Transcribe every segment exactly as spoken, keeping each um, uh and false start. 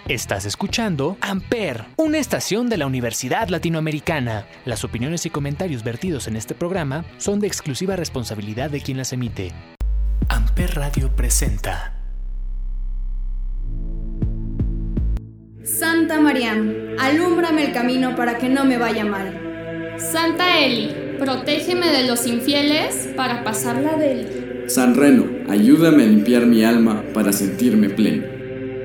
Estás escuchando Amper, una estación de la Universidad Latinoamericana. Las opiniones y comentarios vertidos en este programa son de exclusiva responsabilidad de quien las emite. Amper Radio presenta Santa Mariam, alúmbrame el camino para que no me vaya mal. Santa Eli, protégeme de los infieles para pasarla de él. San Reno, ayúdame a limpiar mi alma para sentirme pleno.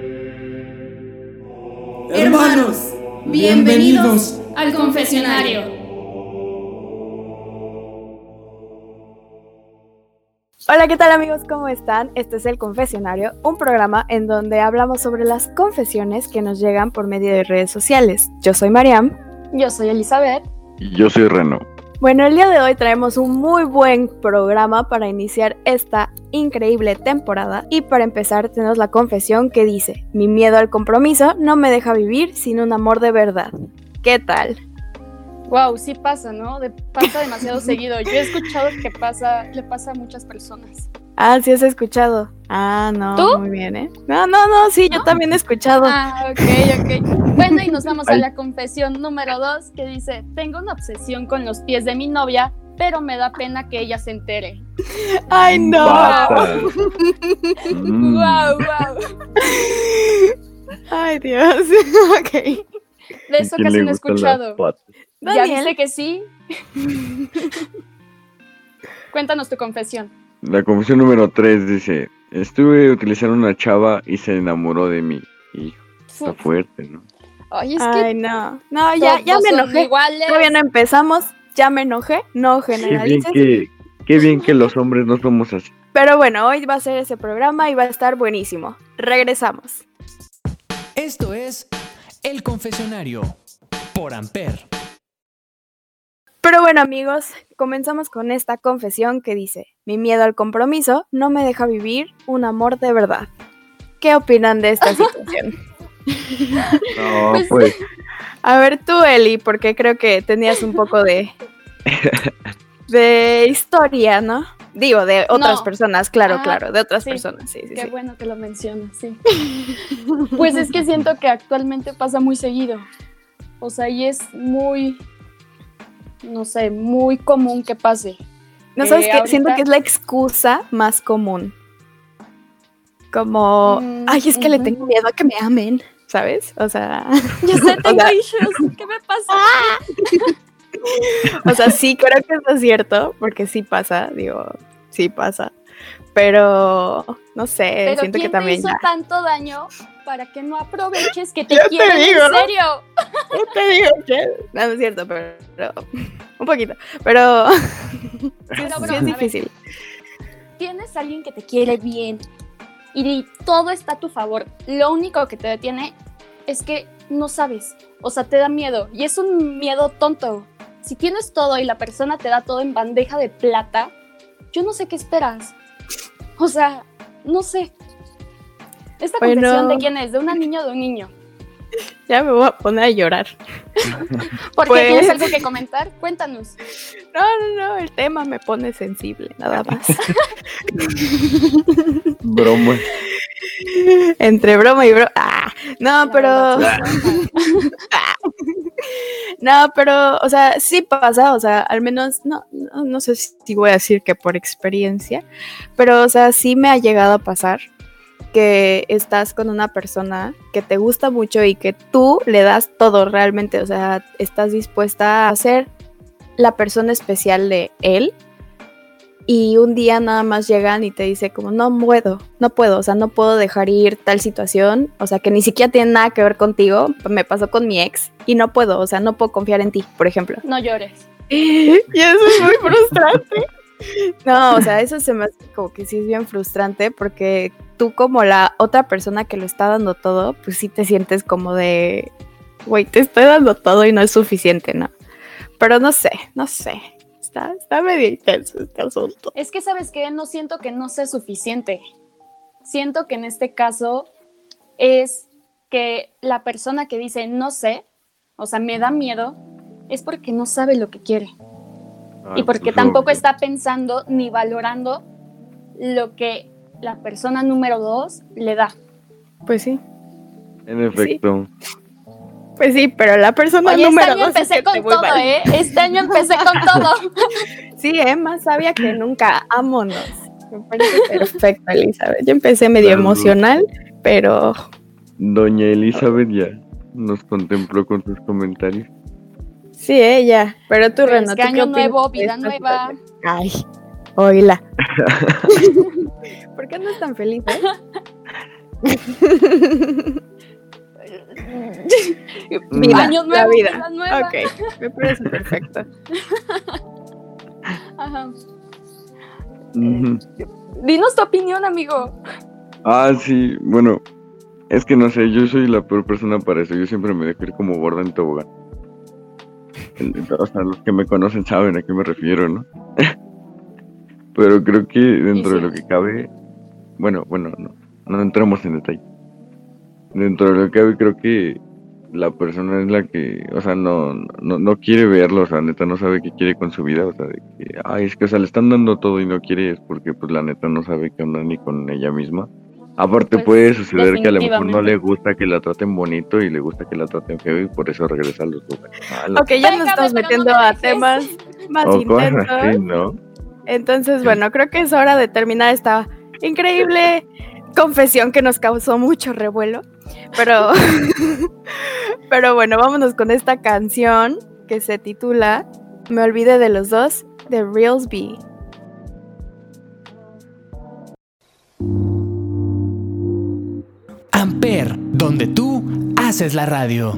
Hermanos, bienvenidos al confesionario. Hola, ¿qué tal amigos? ¿Cómo están? Este es El Confesionario, un programa en donde hablamos sobre las confesiones que nos llegan por medio de redes sociales. Yo soy Mariam. Yo soy Elizabeth. Y yo soy Reno. Bueno, el día de hoy traemos un muy buen programa para iniciar esta increíble temporada. Y para empezar tenemos la confesión que dice: mi miedo al compromiso no me deja vivir sin un amor de verdad. ¿Qué tal? Wow, sí pasa, ¿no? De, pasa demasiado seguido. Yo he escuchado que pasa, le pasa a muchas personas. Ah, sí has escuchado. Ah, no, ¿Tú? Muy bien, ¿eh? No, no, no, sí, ¿no? Yo también he escuchado. Ah, ok, ok. Bueno, y nos vamos a la confesión número dos, que dice: tengo una obsesión con los pies de mi novia, pero me da pena que ella se entere. ¡Ay, no! Wow, mm. wow, wow. Ay, Dios. Ok. De eso casi no he escuchado. ¿Ya Daniel? viste que sí? Cuéntanos tu confesión. La confesión número tres dice: estuve utilizando una chava y se enamoró de mí. Hijo, está fuerte, ¿no? Ay, es Ay, que no. No, ya, ya me enojé. Iguales. Todavía no empezamos. Ya me enojé. No Qué bien, generalices. que, qué bien que los hombres no somos así. Pero bueno, hoy va a ser ese programa y va a estar buenísimo. Regresamos. Esto es El Confesionario por Amper. Pero bueno, amigos, comenzamos con esta confesión que dice: mi miedo al compromiso no me deja vivir un amor de verdad. ¿Qué opinan de esta situación? No, pues. A ver tú, Eli, porque creo que tenías un poco de de historia, ¿no? Digo, de otras no. personas, claro, ah, claro, de otras sí. personas, sí, sí, Qué sí. bueno que lo mencionas, sí. Pues es que siento que actualmente pasa muy seguido. O sea, y es muy, no sé, muy común que pase. No Eh, sabes qué, ahorita... siento que es la excusa más común. Como, Mm, ay, es que uh-huh. le tengo miedo a que me amen, ¿sabes? O sea, Ya sé, tengo o sea, issues, ¿qué me pasa? o sea, sí creo que eso es cierto, porque sí pasa, digo, sí pasa. Pero, no sé, Pero siento ¿quién que también te hizo ya. tanto daño para que no aproveches que te Yo te quieren digo, en ¿no? serio? Yo te digo que no, no es cierto, pero, pero un poquito, pero sí, Pero, sí bro, es a difícil. ver, tienes a alguien que te quiere bien y todo está a tu favor. Lo único que te detiene es que no sabes, o sea, te da miedo y es un miedo tonto. Si tienes todo y la persona te da todo en bandeja de plata, yo no sé qué esperas. O sea, no sé. ¿Esta Bueno. confesión de quién es? ¿De una niña o de un niño? Ya me voy a poner a llorar. ¿Por qué Pues- tienes algo que comentar? Cuéntanos. No, no, no, el tema me pone sensible, nada más. Broma. Entre broma y broma. Ah, no, La pero. verdad, sí. No, pero, o sea, sí pasa, o sea, al menos, no, no, no sé si voy a decir que por experiencia, pero, o sea, sí me ha llegado a pasar que estás con una persona que te gusta mucho y que tú le das todo realmente, o sea, estás dispuesta a ser la persona especial de él. Y un día nada más llegan y te dice como, no puedo, no puedo, o sea, no puedo dejar ir tal situación, o sea, que ni siquiera tiene nada que ver contigo, me pasó con mi ex, y no puedo, o sea, no puedo confiar en ti, por ejemplo. No llores. Y eso es muy frustrante. No, o sea, eso se me hace como que sí es bien frustrante, porque tú como la otra persona que lo está dando todo, pues sí te sientes como de, güey, te estoy dando todo y no es suficiente, ¿no? Pero no sé, no sé. Está, está medio intenso este asunto. Es que, ¿sabes qué? No siento que no sea suficiente. Siento que en este caso es que la persona que dice no sé, o sea, me da miedo, es porque no sabe lo que quiere. Ah, Y porque pues, tampoco obvio. está pensando ni valorando lo que la persona número dos le da. Pues sí. En efecto. Sí. Pues sí, pero la persona Oye, número este año dos empecé es que te con voy todo, mal. ¿eh? Este año empecé con todo. Sí, ¿eh? Más sabia que nunca. Ámonos. Me parece perfecto, Elizabeth. Yo empecé medio Claro. emocional, pero Doña Elizabeth ya nos contempló con sus comentarios. sí, ella. Pero tú, Pero Reno, es ¿tú que qué año opinas nuevo, de vida esta nueva. situación? Ay, oíla. ¿Por qué andas tan feliz, eh? Vida, Año la nuevo, vida. vida nueva. Ok, me parece perfecto. Ajá. Ujú. Dinos tu opinión, amigo. Ah, sí, bueno, es que no sé, yo soy la peor persona para eso. Yo siempre me dejo ir como gorda en tobogán. El- O sea, los que me conocen saben a qué me refiero, ¿no? Pero creo que dentro Y de sí. lo que cabe, bueno, bueno, no, no entremos en detalle. Dentro de lo que cabe, creo que la persona es la que, o sea, no, no, no quiere verlo, o sea, neta no sabe qué quiere con su vida, o sea, de que, ay, es que, o sea, le están dando todo y no quiere, es porque, pues, la neta no sabe qué onda ni con ella misma. Aparte Pues, puede suceder que a lo mejor no definitivamente. le gusta que la traten bonito y le gusta que la traten feo y por eso regresa a los lugares malos. Ok, ya nos Pégame, estamos pero no metiendo me a dejes. temas más O cosas intensos. así, ¿no? Entonces, bueno, creo que es hora de terminar esta increíble confesión que nos causó mucho revuelo. Pero, pero bueno, vámonos con esta canción que se titula Me olvidé de los dos, de Reelsby. Amper, donde tú haces la radio.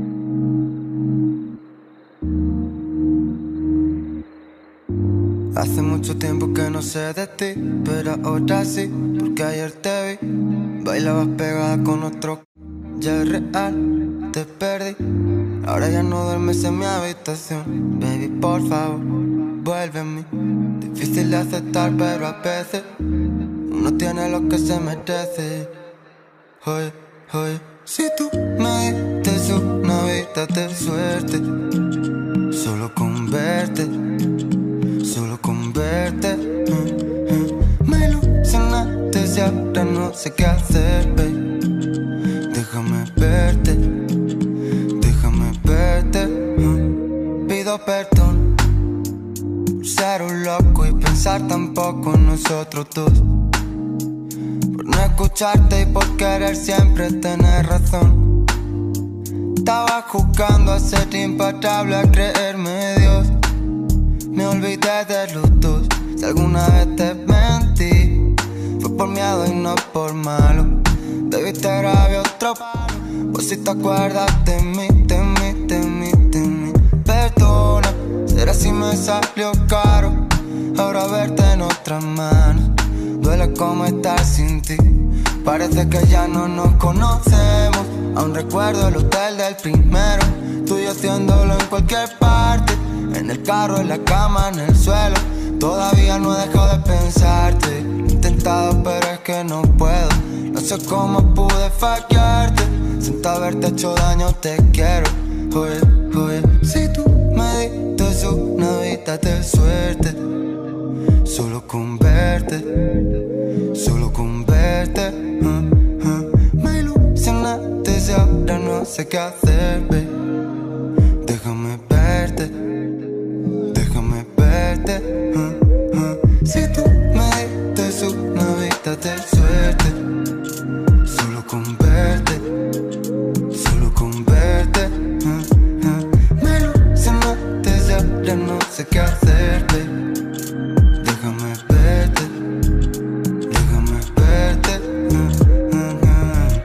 Hace mucho tiempo que no sé de ti, pero ahora sí, porque ayer te vi. Bailabas pegada con otro, ya es real, te perdí. Ahora ya no duermes en mi habitación, baby, por favor, vuelve a mí. Difícil de aceptar, pero a veces uno tiene lo que se merece. Oye, oye, si tú me diste una vida de suerte, solo con verte, solo con verte, mm, mm. Me ilusionaste y ahora no sé qué hacer, babe. Déjame verte, déjame verte, mm. Pido perdón por ser un loco y pensar tan poco en nosotros dos, por no escucharte y por querer siempre tener razón. Estaba jugando a ser imparable, a creerme Dios. Me olvidé de los dos. Si alguna vez te mentí, fue por miedo y no por malo. Debiste grabé otro palo. Pues si te acuerdas de mí, de mí, de mí, de mí. Perdona, será si me salió caro ahora verte en otras manos. Duele como estar sin ti. Parece que ya no nos conocemos. Aún recuerdo el hotel del primero, tú y yo haciéndolo en cualquier parte. En el carro, en la cama, en el suelo. Todavía no he dejado de pensarte. He intentado pero es que no puedo. No sé cómo pude fallarte. Siento haberte hecho daño, te quiero. Oye, oye, si tú me diste una vida de suerte, solo con verte, solo con verte, uh, uh. Me ilusionaste y ahora no sé qué hacer, babe. Déjame verte, déjame verte, uh, uh. Si tú me diste una vida de suerte, solo con verte, solo con verte, uh, uh. Me ilusionaste y ahora no sé qué hacer, babe. Déjame verte, déjame verte, uh, uh, uh.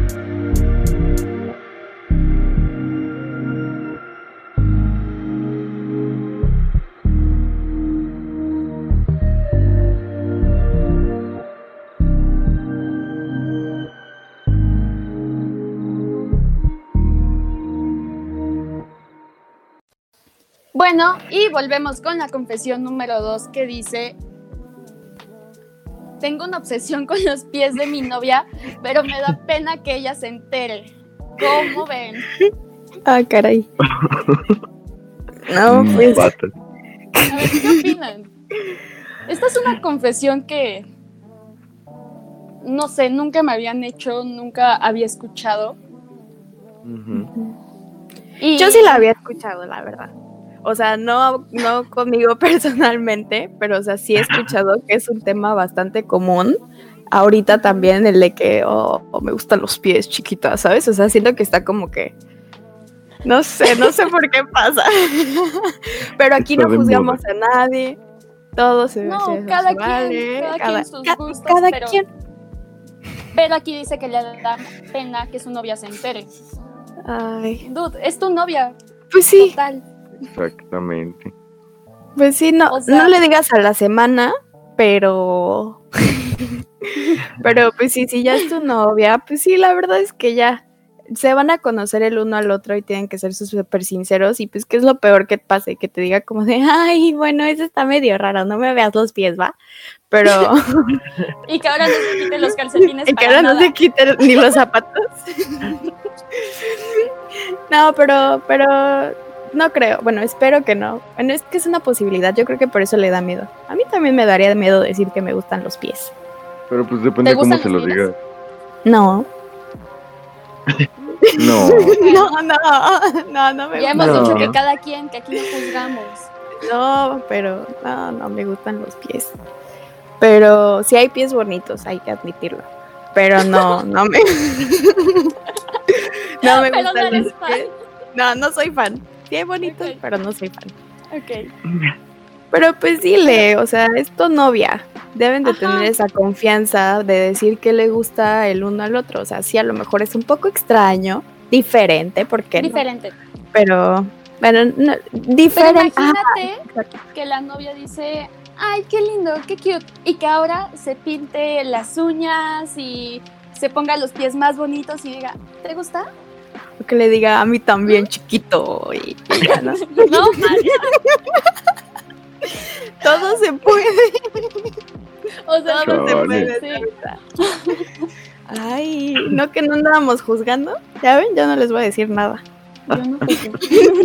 Bueno, y volvemos con la confesión número dos que dice: tengo una obsesión con los pies de mi novia, pero me da pena que ella se entere. ¿Cómo ven? Ah, caray. No, Mm, pues. patas. A ver, ¿qué opinan? Esta es una confesión que, no sé, nunca me habían hecho, nunca había escuchado. Ujú. Y Yo sí la había escuchado, la verdad. O sea, no, no conmigo personalmente, pero o sea, sí he escuchado que es un tema bastante común. Ahorita también el de que, oh, oh, me gustan los pies chiquitas, ¿sabes? O sea, siento que está como que, no sé, no sé por qué pasa. Pero aquí Está no de juzgamos a nadie. Todo se No, se- cada se quien, vale, cada quien sus ca- gustos, cada pero- quien. Pero aquí dice que le da pena que su novia se entere. Ay, Dude, es tu novia, pues sí, total. Exactamente. pues sí, no, O sea- no le digas a la semana, pero... pero pues sí, si ya es tu novia, pues sí, la verdad es que ya se van a conocer el uno al otro y tienen que ser súper sinceros y pues qué es lo peor que pase, que te diga como de, ay, bueno, eso está medio raro, no me veas los pies, ¿va? Pero... Y que ahora no se quite los calcetines y que para ahora no nada. se quiten ni los zapatos. No, pero, pero no creo. Bueno, espero que no. Bueno, es que es una posibilidad. Yo creo que por eso le da miedo. A mí también me daría miedo decir que me gustan los pies. Pero pues depende ¿Te cómo gustan se los lo pies? digas. No. No. No, no, no, no me Ya hemos gustan. dicho No. que cada quien, que aquí no juzgamos. No, pero no, no me gustan los pies. Pero sí hay pies bonitos, hay que admitirlo. Pero no, no me. No me Pero no gustan eres los fan. pies. No, no soy fan. Sí hay bonitos, Ok. pero no soy fan. Ok. Pero pues dile, o sea, es tu novia. Deben de Ajá. tener esa confianza de decir que le gusta el uno al otro. O sea, sí, a lo mejor es un poco extraño, diferente, porque Diferente. pero, bueno, no, Pero diferente. Ah, imagínate exacto. que la novia dice, ay, qué lindo, qué cute. Y que ahora se pinte las uñas y se ponga los pies más bonitos y diga, ¿te gusta? Que le diga a mí también, chiquito. Y, y ya, ¿no? No, María. Todo se puede, O sea, todo se Chale. puede. Sí. Sarita. Ay, no que no andábamos juzgando. Ya ven, ya no les voy a decir nada. yo no juzgo.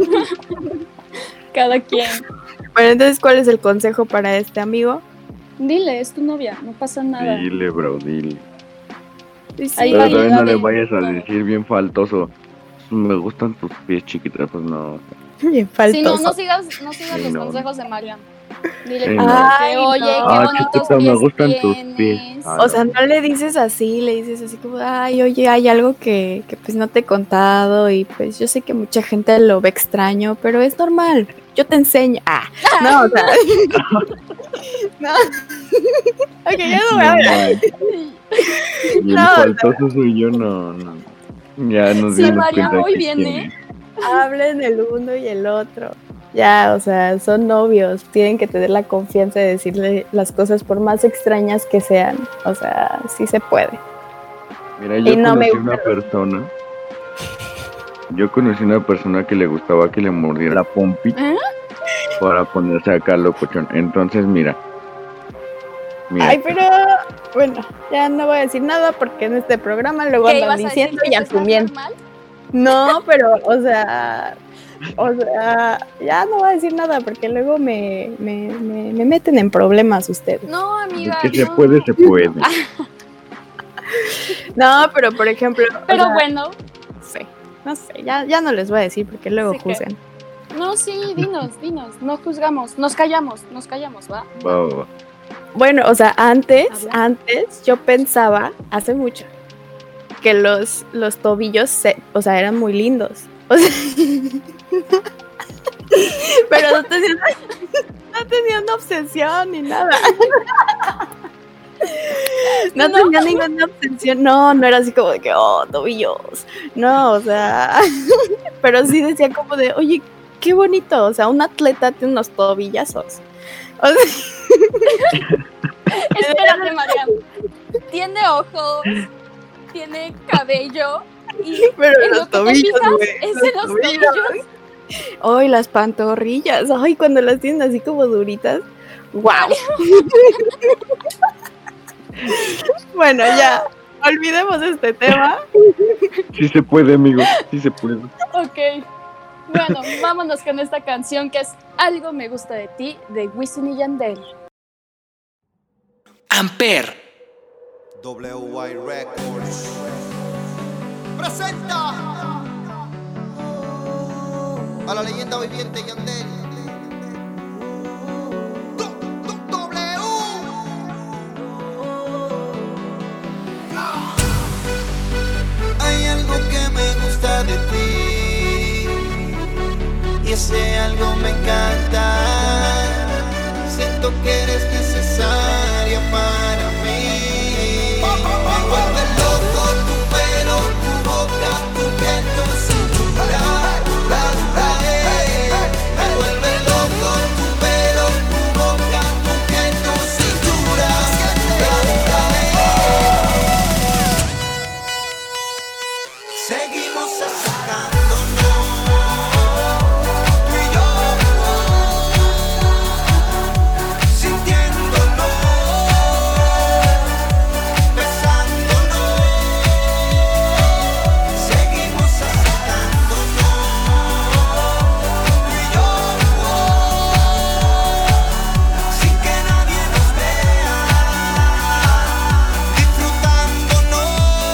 Cada quien. Bueno, entonces, ¿cuál es el consejo para este amigo? Dile, es tu novia, no pasa nada. Dile, bro, dile. Sí, sí, Ahí Pero va, también va no le bien. vayas a decir bien faltoso. Me gustan tus pies chiquitas, pues no. bien Sí, no, faltoso. no sigas, no sigas Sí, los no. consejos de Mariam. Dile Sí, que, no. Ay, que, oye, no. qué Ah, bonitos chiquita, me pies gustan tus pies. tienes. Ah, O sea, no le dices así, le dices así como, ay, oye, hay algo que, que pues no te he contado y pues yo sé que mucha gente lo ve extraño, pero es normal, yo te enseño. Ah, no, o sea, no. Ok, ya no voy a hablar. Y el No, faltoso soy yo, no, no. Ya nos Sí, dimos María, cuenta muy que bien, quién ¿eh? es. Hablen el uno y el otro. Ya, o sea, son novios, tienen que tener la confianza de decirle las cosas por más extrañas que sean. O sea, sí se puede. Mira, yo Y no me conocí una gustan persona. Yo conocí una persona que le gustaba que le mordiera la pompi ¿Eh? para ponerse acá locochón. Entonces, mira. Mira, Ay, pero bueno, ya no voy a decir nada porque en este programa luego ¿Qué andan ibas a decir diciendo que y eso está asumiendo. normal? No, pero, o sea, o sea, ya no voy a decir nada porque luego me, me, me, me meten en problemas ustedes. No, de amiga, que se no. puede, se puede. No, pero por ejemplo, o Pero sea, bueno, sí, no sé, ya, ya no les voy a decir porque luego Sí que- juzgan. no, sí, dinos, dinos, no juzgamos, nos callamos, nos callamos, ¿va? Va, va, va. Bueno, o sea, antes, Habla. antes yo pensaba, hace mucho, que los, los tobillos, se- o sea, eran muy lindos. O sea, pero no tenía, no tenía una obsesión ni nada. No, No. tenía ninguna obsesión. No, no era así como de que, oh, tobillos. No, o sea, pero sí decía como de, oye, qué bonito. O sea, un atleta tiene unos tobillazos. O sea, Espérate, Mariam. Tiene ojos, tiene cabello y pero en lo los que te tobillos, fijas güey. es los en los tobillos. Ay, las pantorrillas. Ay, cuando las tienen así como duritas. ¡Wow! Bueno, ya. Olvidemos este tema. Sí se puede, amigo. Sí se puede. Ok. Bueno, vámonos con esta canción que es Algo me gusta de ti, de Wisin y Yandel. Amper. W Y Records presenta a la leyenda viviente Yandel. Hay algo que me gusta de ti y ese algo me encanta. Siento que eres necesaria para mí. Me vuelve loco tu pelo, tu boca, tu piel, tu cintura. Me vuelve loco tu pelo, tu boca, tu piel, tu cintura. Seguimos acercándonos, tú y yo, sintiéndonos, besándonos. Seguimos acercándonos, tú y yo, sin que nadie nos vea, disfrutándonos.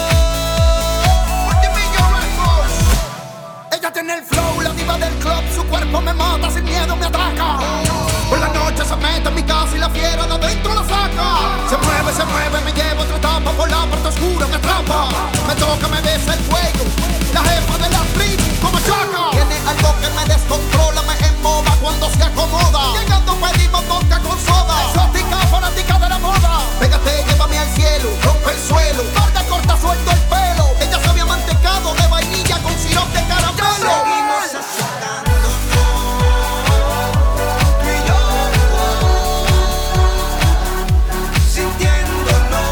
Ella tiene el flow, la diva del club, su cuerpo me mata, sin miedo me ataca. Por la noche se mete en mi casa y la fiera de adentro la saca. Se mueve, se mueve, me lleva otra etapa, por la parte oscura me atrapa. Me toca, me besa el cuello, la jefa de la street como chaca. Tiene algo que me descontrola, me emboba cuando se acomoda. Llegando pedimos vodka con soda, exótica, fanática de la moda. Pégate, llévame al cielo, rompe el suelo, larga, corta, suelto el pelo. Ella se había mantecado de vainilla con sirope de caramelo. Seguimos acercándonos, tú y yo, sintiéndonos,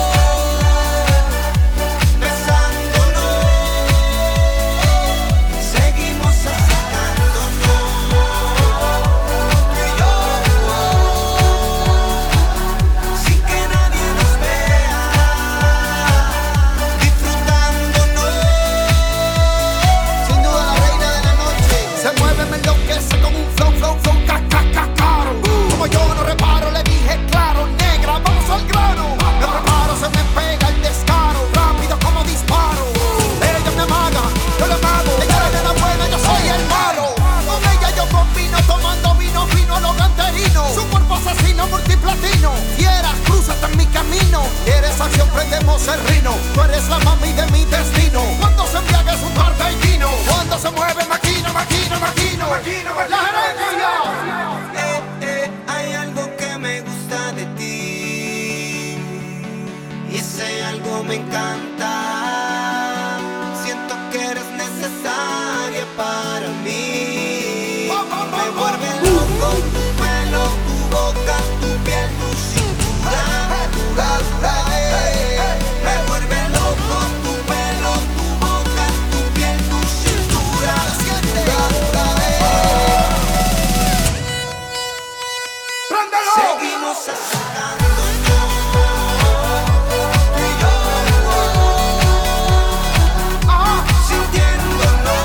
besándonos. Seguimos acercándonos, tú y yo, sin que nadie nos vea, disfrutándonos. Sin duda la reina de la noche. Se mueve, me enloquece con un flow, flow, flow, ca, ca, ca, caro. Como yo no reparo, le dije claro, negra, vamos al grano. Me preparo, se me pega el descaro, rápido como disparo. Ella me amaga, yo le amago. Ella es la buena, yo soy el malo. Con ella yo combino, tomando vino, vino a lo canterino. Su cuerpo asesino, multiplatino. Fiera, crúzate en mi camino. Eres acción, prendemos el rino. Tú eres la mami de mi destino. Cuando se embriaga es un torbellino. Cuando se mueve, maquino, maquino, maquino. La gerencia. Eh, eh, hay algo que me gusta de ti y ese algo me encanta. Siento que eres necesaria para mí. Me vuelve loco tu pelo, tu boca, tu piel, tu cintura. Me vuelve loco tu pelo, tu boca, tu piel, tu cintura. Seguimos acercándonos, tú y yo, sintiéndonos,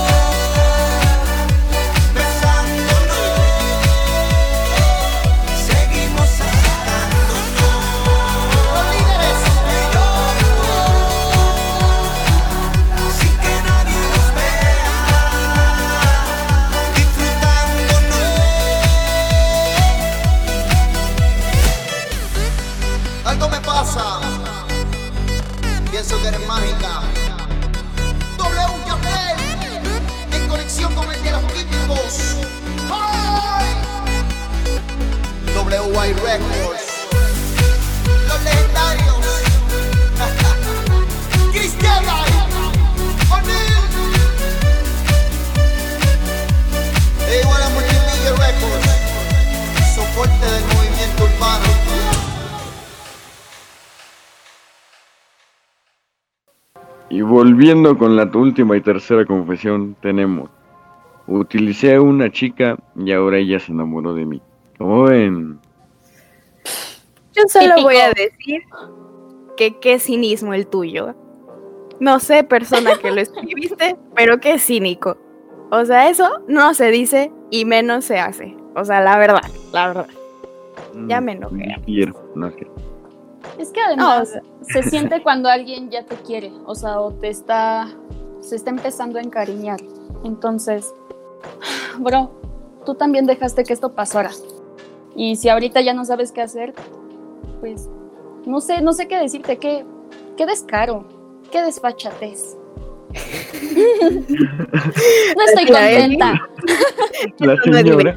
besándonos. Seguimos acercándonos, los líderes, tú y yo, sin que nadie nos vea, disfrutándonos. Algo me pasa. Pienso que eres mágica. W Yandel, en conexión con el de los químicos. ¡Ay! W Y Records. Los legendarios. Cristiana. O'Neal. E igual a Multimillia Records. Soporte del movimiento urbano. Y volviendo con la última y tercera confesión, tenemos: utilicé a una chica y ahora ella se enamoró de mí. ¿Cómo ven? Yo solo Típico. voy a decir que qué cinismo el tuyo. No sé, persona que lo escribiste, pero qué cínico. O sea, eso no se dice y menos se hace. O sea, la verdad, la verdad. Ya me enojé. No quiero, no quiero. Es que además No, o sea- se siente cuando alguien ya te quiere, o sea, o te está, se está empezando a encariñar. Entonces, bro, tú también dejaste que esto pasara. Y si ahorita ya no sabes qué hacer, pues no sé, no sé qué decirte, qué, qué descaro, qué desfachatez. No estoy contenta. La señora.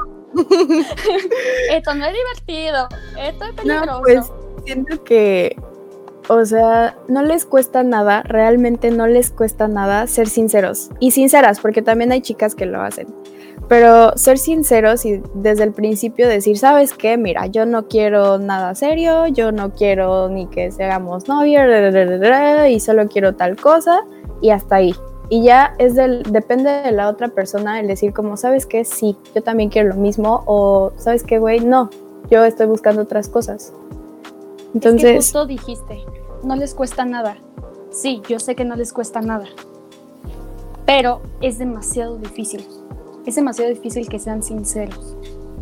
Esto no es divertido, esto es peligroso. No, pues siento que, o sea, no les cuesta nada, realmente no les cuesta nada ser sinceros y sinceras, porque también hay chicas que lo hacen. Pero ser sinceros y desde el principio decir, ¿sabes qué? Mira, yo no quiero nada serio, yo no quiero ni que seamos novios y solo quiero tal cosa y hasta ahí. Y ya es del, depende de la otra persona el decir como, ¿sabes qué? Sí, yo también quiero lo mismo, o ¿sabes qué, güey? No, yo estoy buscando otras cosas. Entonces... Es que justo dijiste, no les cuesta nada. Sí, yo sé que no les cuesta nada, pero es demasiado difícil. Es demasiado difícil que sean sinceros.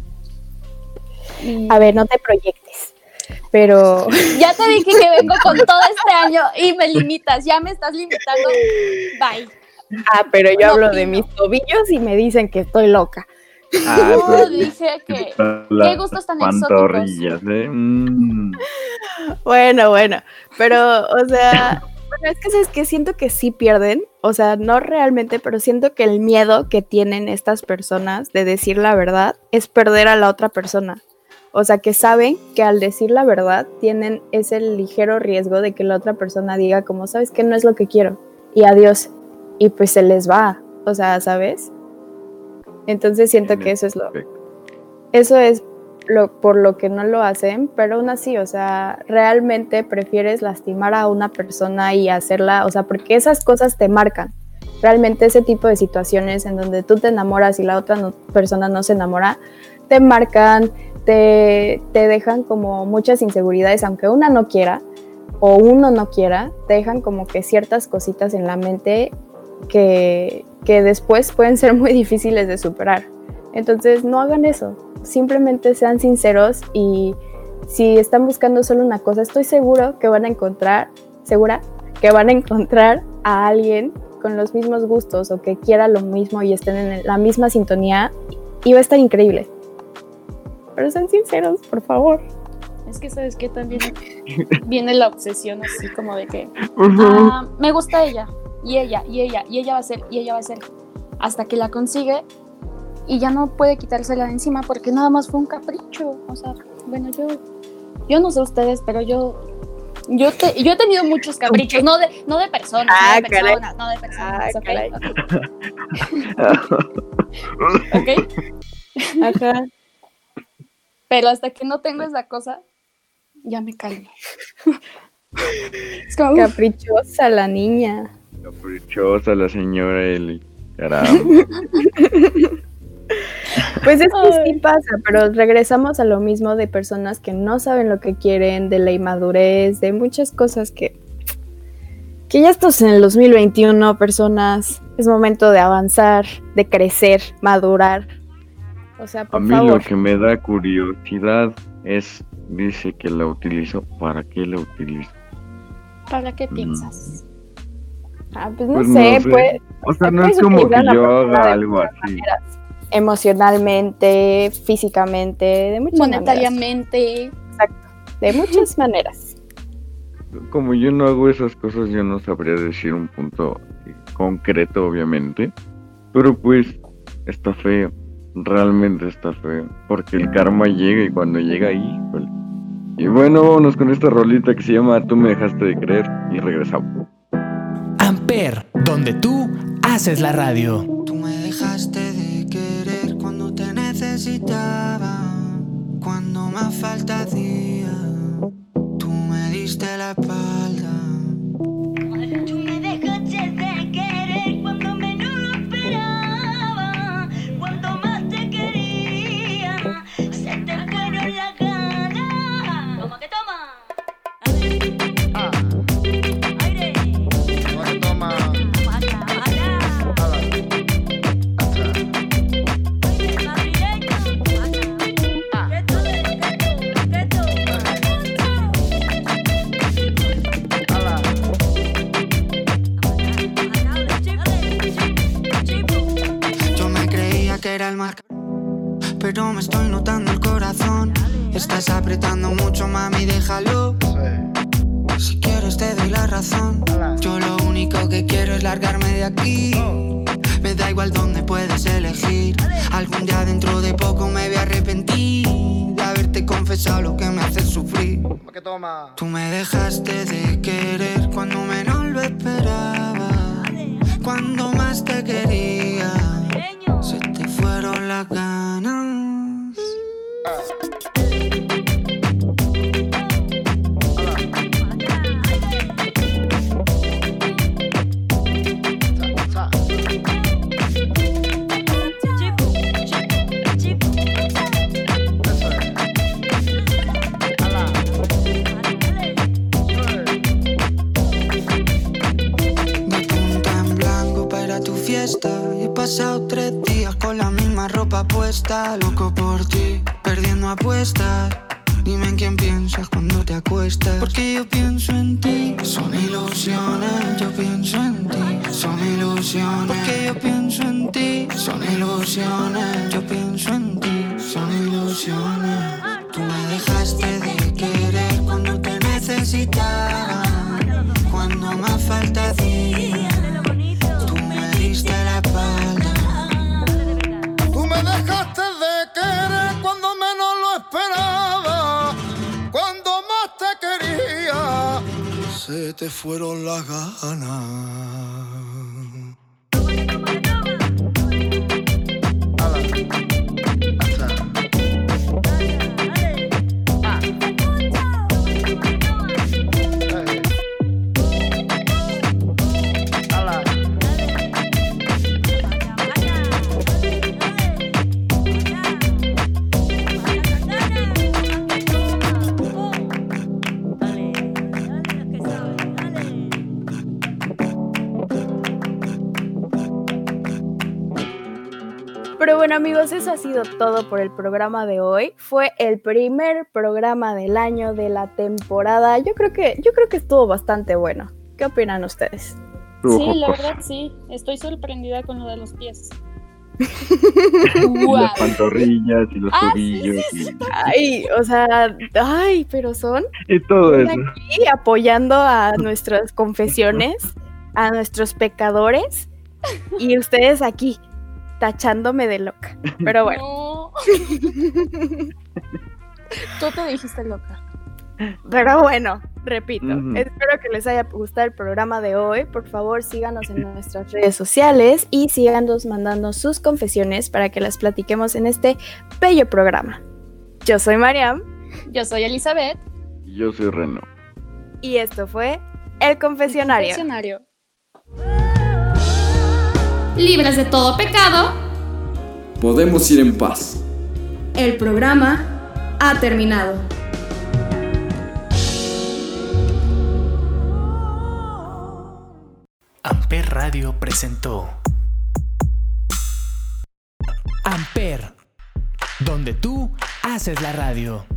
Y... A ver, no te proyectes, pero... Ya te dije que vengo con todo este año y me limitas, ya me estás limitando. Bye. Ah, pero yo No hablo opino. de mis tobillos y me dicen que estoy loca. Ah, No, pues, dije que... las Qué gustos tan exóticos. pantorrillas, ¿eh? Mm. Bueno, bueno, pero, o sea, bueno, es que sabes que siento que sí pierden, o sea, no realmente, pero siento que el miedo que tienen estas personas de decir la verdad es perder a la otra persona. O sea, que saben que al decir la verdad tienen ese ligero riesgo de que la otra persona diga como, ¿sabes qué? No es lo que quiero. Y adiós. Y pues se les va, o sea, ¿sabes? Entonces siento que eso es lo... Eso es lo, por lo que no lo hacen, pero aún así, o sea, realmente prefieres lastimar a una persona y hacerla, o sea, porque esas cosas te marcan. Realmente ese tipo de situaciones en donde tú te enamoras y la otra no, persona no se enamora, te marcan, te, te dejan como muchas inseguridades, aunque una no quiera o uno no quiera, te dejan como que ciertas cositas en la mente que, que después pueden ser muy difíciles de superar. Entonces no hagan eso, simplemente sean sinceros y si están buscando solo una cosa, estoy seguro que van a encontrar, segura, que van a encontrar a alguien con los mismos gustos o que quiera lo mismo y estén en la misma sintonía y va a estar increíble. Pero sean sinceros, por favor. Es que sabes que también viene la obsesión así como de que ah, me gusta ella y ella y ella y ella va a ser y ella va a ser hasta que la consigue y ya no puede quitársela de encima porque nada más fue un capricho. O sea, bueno, yo yo no sé ustedes, pero yo yo te, yo he tenido muchos caprichos, no de no de personas, Ah, no de personas, no de personas, Ah, caray. ¿ok? ¿ok? Ajá. Pero hasta que no tengo esa cosa, ya me calmo. Es como, uf, Caprichosa la niña. Caprichosa la señora Eli. Caramba. Pues es que Ay. sí pasa, pero regresamos a lo mismo de personas que no saben lo que quieren, de la inmadurez, de muchas cosas que, que ya estamos en el dos mil veintiuno, personas, es momento de avanzar, de crecer, madurar. O sea, A por mí favor. lo que me da curiosidad es, dice que la utilizo, ¿para qué la utilizo? ¿para qué piensas? Ah, pues no Pues sé, no sé. pues O sea, no puedes es como que utilizar a la yo persona haga de algo muchas así. maneras. Emocionalmente, físicamente, de muchas maneras. Monetariamente. De muchas maneras. Como yo no hago esas cosas, yo no sabría decir un punto eh, concreto, obviamente. Pero pues, está feo. Realmente está feo. Porque el karma llega y cuando llega ahí, pues... Y bueno, vámonos con esta rolita que se llama Tú me dejaste de creer y regresamos. Amper, donde tú haces la radio. Tú me dejaste de querer cuando te necesitaba, cuando más falta hacía. Tú me diste la espalda. Tú me dejaste de querer cuando menos lo esperaba, cuando más te quería, se te fueron las ganas. Toma que toma. Ah. Aire. Toma, toma. Mata, mata. Atrás. Oye, madrileño. Mata. Que tú, que tú, que tú. Ah. pero me estoy notando el corazón. Estás apretando mucho, mami, déjalo. Si quieres te doy la razón. Yo lo único que quiero es largarme de aquí. Me da igual dónde puedes elegir. Algún día dentro de poco me voy a arrepentir de haberte confesado lo que me hace sufrir. Tú me dejaste de querer cuando menos lo esperaba. Cuando más te quería, se te fueron las ganas. He pasado tres días con la misma ropa puesta. Loco por ti, perdiendo apuestas. Dime en quién piensas cuando te acuestas. Porque yo pienso en ti. Son ilusiones, yo pienso en ti. Son ilusiones. Porque yo pienso en ti. Son ilusiones, yo pienso en ti. Son ilusiones. Tú me dejaste de querer cuando te necesitaba. Cuando más falta hacía. La espalda. Tú me dejaste de querer cuando menos lo esperaba. Cuando más te quería, se te fueron las ganas. Pero bueno, amigos, eso ha sido todo por el programa de hoy. Fue el primer programa del año, de la temporada. Yo creo que, yo creo que estuvo bastante bueno. ¿Qué opinan ustedes? Sí, la verdad sí. Estoy sorprendida con lo de los pies. Wow. Las pantorrillas y los ah, tobillos. Sí, sí, sí. Y... Ay, o sea, ay, pero son... Y todo eso. Aquí apoyando a nuestras confesiones, a nuestros pecadores, y ustedes aquí tachándome de loca. Pero bueno. No. Tú te dijiste loca. Pero bueno, repito, Uh-huh. espero que les haya gustado el programa de hoy. Por favor, síganos en nuestras redes sociales y síganos mandando sus confesiones para que las platiquemos en este bello programa. Yo soy Mariam. Yo soy Elizabeth. Y yo soy Reno. Y esto fue El Confesionario. El Confesionario. Libres de todo pecado. Podemos ir en paz. El programa ha terminado. Amper Radio presentó Amper, donde tú haces la radio.